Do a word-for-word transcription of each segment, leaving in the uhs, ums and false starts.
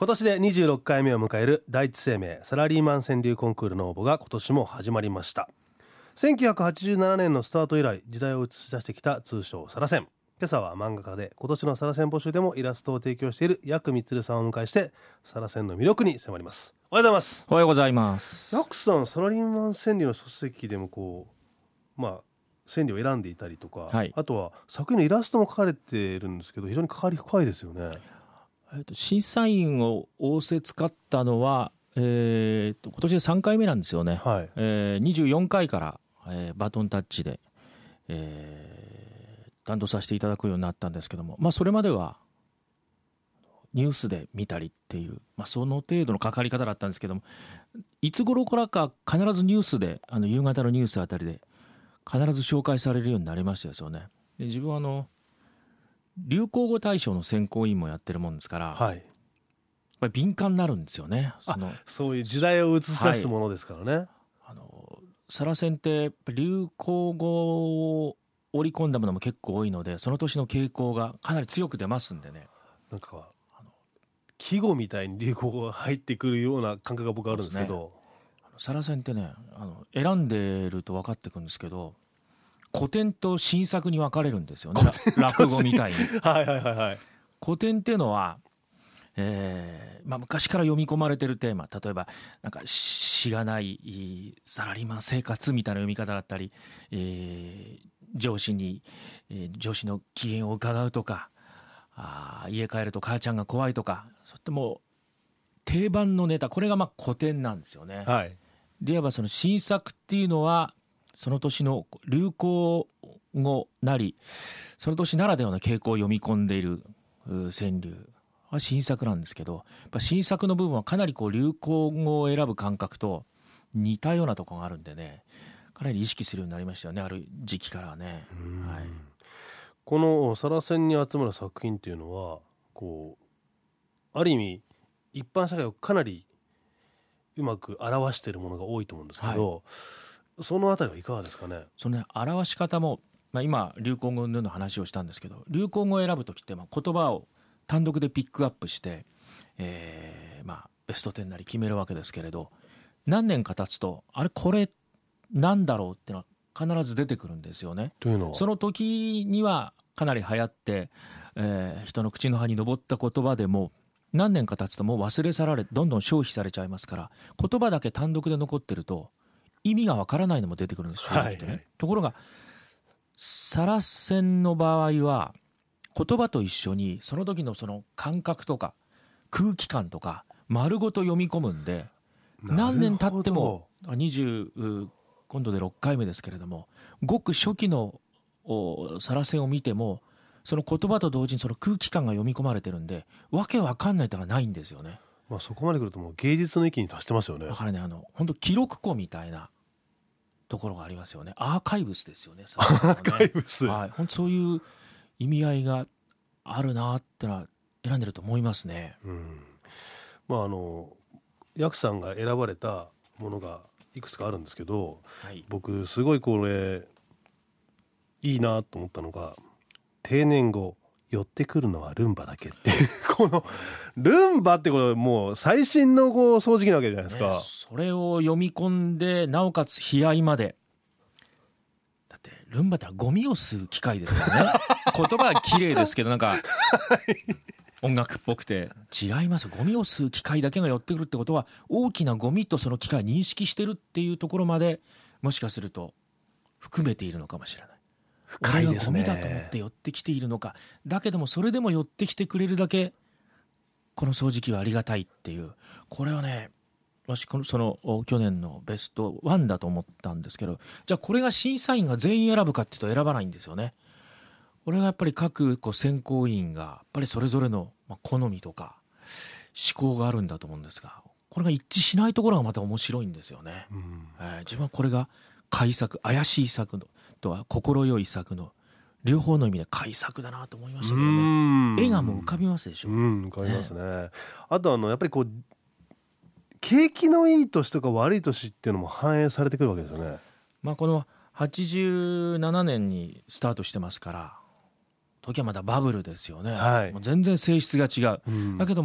今年でにじゅうろっかいめを迎える第一生命サラリーマン川柳コンクールの応募が今年も始まりました。せんきゅうひゃくはちじゅうななねんのスタート以来時代を映し出してきた通称サラセン。今朝は漫画家で今年のサラセン募集でもイラストを提供しているヤクミツルさんをお迎えしてサラセンの魅力に迫ります。おはようございます。 おはようございます。 ヤクさん、サラリーマン川柳の書籍でもこうまあ川柳を選んでいたりとか、はい、あとは作品のイラストも描かれているんですけど非常に関わり深いですよね。 えー、と審査員を仰せつかったのは、えー、と今年でさんかいめなんですよね。はい、えー、にじゅうよんかいから、えー、バトンタッチで、えー、担当させていただくようになったんですけども、まあ、それまではニュースで見たりっていう、まあ、その程度の関わり方だったんですけども、いつ頃からか必ずニュースであの夕方のニュースあたりで必ず紹介されるようになりましたですよね。で自分はあの流行語大賞の選考委員もやってるもんですから、はい、やっぱり敏感になるんですよね。そのそういう時代を映し出すものですからね。はい、 あのサラセンって流行語を織り込んだものも結構多いので、その年の傾向がかなり強く出ますんでね。なんかあの季語みたいに流行語が入ってくるような感覚が僕はあるんですけど、ね、 あのサラセンってね、あの選んでると分かってくるんですけど、古典と新作に分かれるんですよね。落語みたいにはいはいはい、はい、 古典っていうのは、えーまあ、昔から読み込まれてるテーマ、例えばなんかしがないサラリーマン生活みたいな読み方だったり、えー、上司に、えー、上司の機嫌を伺うとか、あ家帰ると母ちゃんが怖いとか、そういったもう定番のネタ、これがまあ古典なんですよね。はい、で言えばその新作っていうのはその年の流行語なりその年ならではの傾向を読み込んでいる川柳は新作なんですけど、やっぱ新作の部分はかなりこう流行語を選ぶ感覚と似たようなところがあるんでね、かなり意識するようになりましたよね、ある時期からね。はい、 このサラセンに集まる作品っていうのはこうある意味一般社会をかなりうまく表しているものが多いと思うんですけど、はい、そのあたりはいかがですかね。 そのね、表し方も、まあ、今流行語の話をしたんですけど、流行語を選ぶときってまあ言葉を単独でピックアップして、えーまあ、ベストじゅうなり決めるわけですけれど、何年か経つとあれこれなんだろうってのは必ず出てくるんですよね。 というのはその時にはかなり流行って、えー、人の口の葉に上った言葉でも何年か経つともう忘れ去られどんどん消費されちゃいますから、言葉だけ単独で残ってると意味がわからないのも出てくるんですよ、はいはい、ところがサラセンの場合は言葉と一緒にその時のその感覚とか空気感とか丸ごと読み込むんで、何年経ってもにじゅう今度でろっかいめですけれども、ごく初期のサラセンを見てもその言葉と同時にその空気感が読み込まれてるんで、わけわかんないってのはないんですよね。 まあ、そこまで来るともう芸術の域に達してますよね。 だからね、あの本当記録庫みたいなところがありますよね。アーカイブスですよね。 アーカイブス、 はい、本当そういう意味合いがあるなってのは選んでると思いますね。 うん、まああのヤクさんが選ばれたものがいくつかあるんですけど、はい、僕すごいこれいいなと思ったのが、定年後寄ってくるのはルンバだけっていうこのルンバってこれもう最新のこう掃除機なわけじゃないですか、ね、 それを読み込んでなおかつ悲哀まで。だってルンバってのはゴミを吸う機械ですからね言葉は綺麗ですけどなんか音楽っぽくて違います。ゴミを吸う機械だけが寄ってくるってことは大きなゴミとその機械を認識してるっていうところまでもしかすると含めているのかもしれない。 深いですね。 俺がゴミだと思って寄ってきているのか、だけどもそれでも寄ってきてくれるだけこの掃除機はありがたいっていう、これはね私このその去年のベストワンだと思ったんですけど、じゃあこれが審査員が全員選ぶかっていうと選ばないんですよね。これがやっぱり各こう選考委員がやっぱりそれぞれの好みとか思考があるんだと思うんですが、これが一致しないところがまた面白いんですよね。うん、えー、自分はこれが改作、怪しい作のとは心よい作の両方の意味で改作だなと思いましたけどね。絵がもう浮かびますでしょ。 うん、浮かびますね。ね、あとあのやっぱりこう景気のいい年とか悪い年っていうのも反映されてくるわけですよね。 まあ、このはちじゅうななねんにスタートしてますから時はまだバブルですよね、はい、もう全然性質が違う、うん、だけども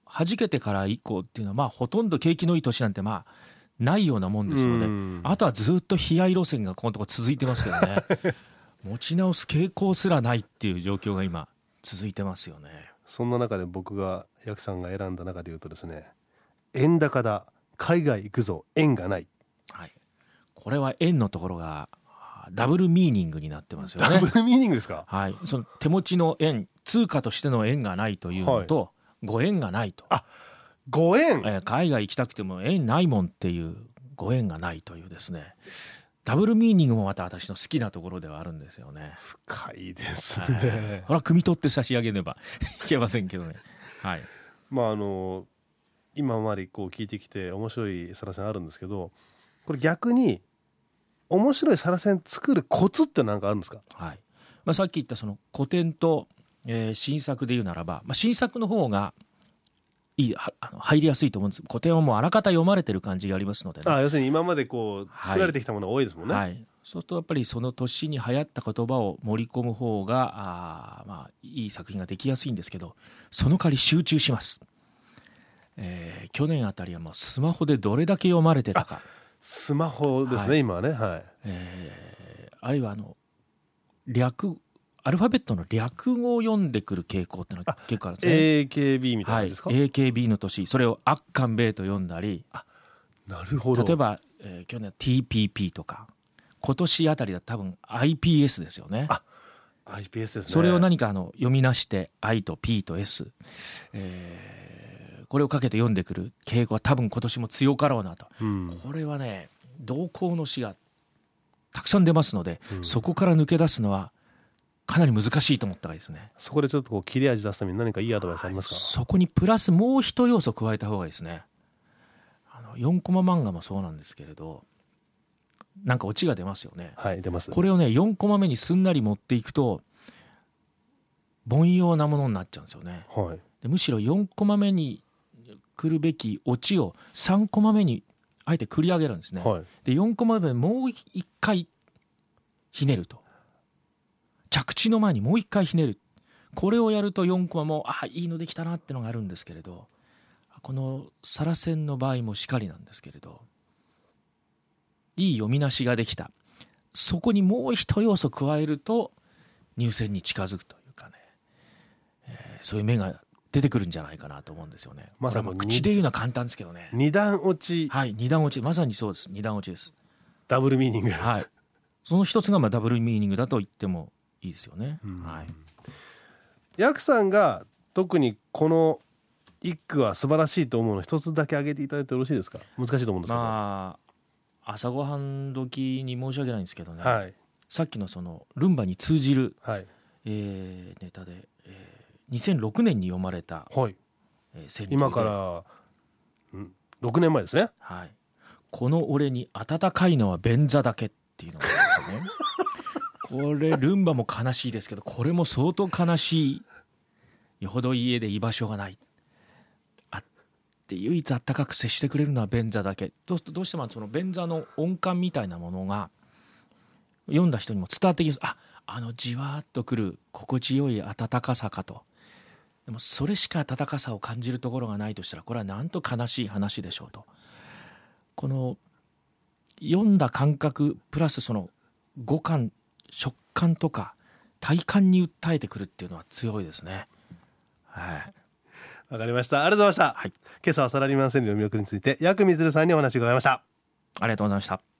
弾けてから以降っていうのはまあほとんど景気のいい年なんてまあないようなもんですので、あとはずっと悲哀路線がこのところ続いてますけどね持ち直す傾向すらないっていう状況が今続いてますよね。 そんな中で僕がヤクさんが選んだ中で言うとですね、円高だ、海外行くぞ、円がない、 はい、これは円のところがダブルミーニングになってますよね。 ダブルミーニングですか。 はい、その手持ちの円、通貨としての円がないというのと、はい、ご縁がないと。 あ、ご縁、 えー、海外行きたくても円ないもんっていうご縁がないというですね、ダブルミーニングもまた私の好きなところではあるんですよね。 深いですね。 えー、これは汲み取って差し上げねばいけませんけどね。はい。 まああの今までこう聞いてきて面白いサラセンあるんですけど、これ逆に面白いサラセン作るコツって何かあるんですか。 はい、まあ、さっき言ったその古典と、えー、新作で言うならば、まあ、新作の方がいいはあの入りやすいと思うんです。古典はもうあらかた読まれてる感じがありますので、ね、 ああ、要するに今までこう作られてきたものが多いですもんね。 はいはい、そうするとやっぱりその年に流行った言葉を盛り込む方があ、まあ、いい作品ができやすいんですけど、その代わり集中します。えー、去年あたりはもうスマホでどれだけ読まれてたか。 スマホですね、はい、今はね、はい、 えー、あるいはあの略アルファベットの略語を読んでくる傾向っていうのが結構あるんですね。 エーケービー みたいな感じですか。 はい、エーケービー の年、それをアッカンベイと読んだり、 あ、なるほど。 例えば、えー、去年は ティーピーピー とか、今年あたりだと多分 アイピーエス ですよね。 あ、アイピーエス ですね。 それを何かあの読みなして I と P と S、えー、これをかけて読んでくる傾向は多分今年も強かろうなと、うん、これはね同行の詩がたくさん出ますので、うん、そこから抜け出すのはかなり難しいと思った方がいいですね。 そこでちょっとこう切れ味出すために何かいいアドバイスありますか。 はい、そこにプラスもう一要素加えた方がいいですね。あのよんコマ漫画もそうなんですけれど、なんかオチが出ますよね。 はい、出ます。 これをねよんコマ目にすんなり持っていくと凡庸なものになっちゃうんですよね。 はい、でむしろよんコマ目に来るべきオチをさんコマ目にあえて繰り上げるんですね。はい、でよんコマ目もう一回ひねると、着地の前にもう一回ひねる、これをやるとよんコマもあいいのできたなってのがあるんですけれど、このサラセンの場合もしかりなんですけれど、いい読みなしができた、そこにもう一要素加えると入選に近づくというかね、えー、そういう目が出てくるんじゃないかなと思うんですよね。まさに口で言うのは簡単ですけどね。 二段落ち。 はい、二段落ち、まさにそうです。二段落ちです。 ダブルミーニング。 はい。その一つがまあダブルミーニングだと言ってもいいですよね。はい。 ヤクさんが特にこの一句は素晴らしいと思うの一つだけ挙げていただいてよろしいですか。難しいと思うんですけど。まあ朝ごはん時に申し訳ないんですけどね。 はい、さっきのそのルンバに通じる、 はいえー、ネタで、えー、にせんろくねんに読まれた、 はいえー、川柳で今からんろくねんまえですね。 はい。この俺に温かいのは便座だけっていうのがあるんですよね。これルンバも悲しいですけど、これも相当悲しい。よほど家で居場所がない。あって唯一あったかく接してくれるのは便座だけ。どうどうしてもその便座の音感みたいなものが読んだ人にも伝わってきます。あ、あのじわーっとくる心地よい温かさかと。でもそれしか温かさを感じるところがないとしたら、これはなんと悲しい話でしょうと。この読んだ感覚プラスその五感、食感とか体感に訴えてくるっていうのは強いですね。はい。 わかりました。ありがとうございました。はい、今朝はサラリーマン川柳の魅力についてヤクミツルさんにお話を伺いました。 ありがとうございました。